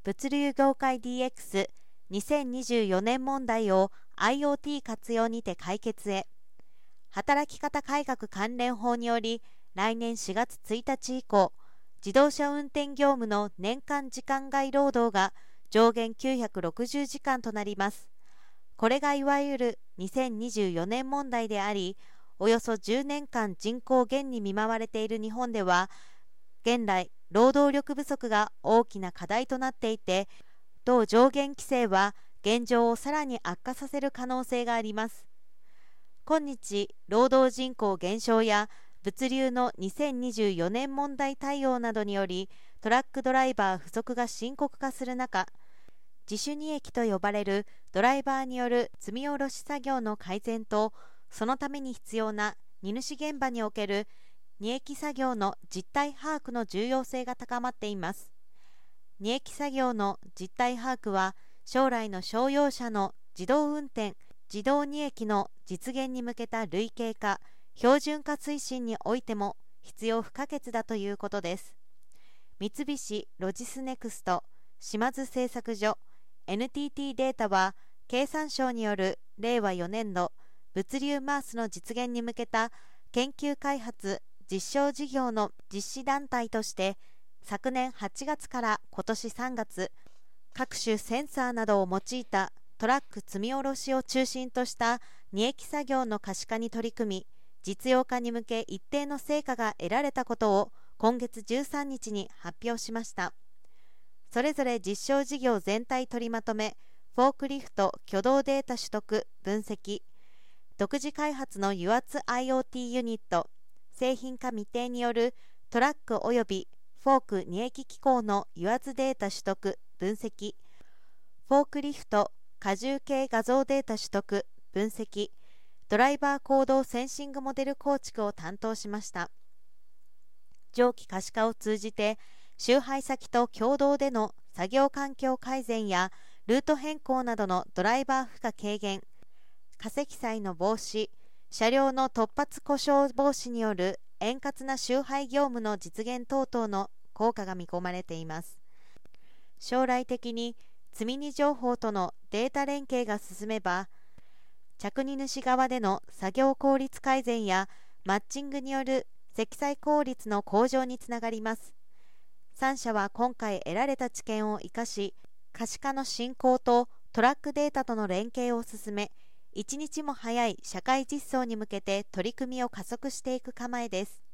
物流業界 DX2024 年問題を IoT 活用にて解決へ。働き方改革関連法により、来年4月1日以降、自動車運転業務の年間時間外労働が上限960時間となります。これがいわゆる2024年問題であり、およそ10年間人口減に見舞われている日本では、現来、労働力不足が大きな課題となっていて、同上限規制は現状をさらに悪化させる可能性があります。今日、労働人口減少や物流の2024年問題対応などにより、トラックドライバー不足が深刻化する中、自主二益と呼ばれるドライバーによる積み下ろし作業の改善と、そのために必要な荷主現場における二益作業の実態把握の重要性が高まっています。二益作業の実態把握は、将来の商用車の自動運転、自動二益の実現に向けた類型化、標準化推進においても必要不可欠だということです。三菱ロジスネクスト島津製作所 NTT データは、経産省による令和4年度物流マースの実現に向けた研究開発実証事業の実施団体として、昨年8月から今年3月、各種センサーなどを用いたトラック積み下ろしを中心とした二益作業の可視化に取り組み、実用化に向け一定の成果が得られたことを今月13日に発表しました。それぞれ実証事業全体取りまとめ、フォークリフト挙動データ取得・分析、独自開発の油圧 IoT ユニット、製品化未定によるトラックおよびフォーク二益機構の油圧データ取得・分析、フォークリフト荷重計画像データ取得・分析、ドライバー行動センシングモデル構築を担当しました。上記可視化を通じて、集配先と共同での作業環境改善やルート変更などのドライバー負荷軽減、過積載の防止、車両の突発故障防止による円滑な集配業務の実現等々の効果が見込まれています。将来的に積み荷情報とのデータ連携が進めば、着荷主側での作業効率改善やマッチングによる積載効率の向上につながります。3社は今回得られた知見を生かし、可視化の進行とトラックデータとの連携を進め、一日も早い社会実装に向けて取り組みを加速していく構えです。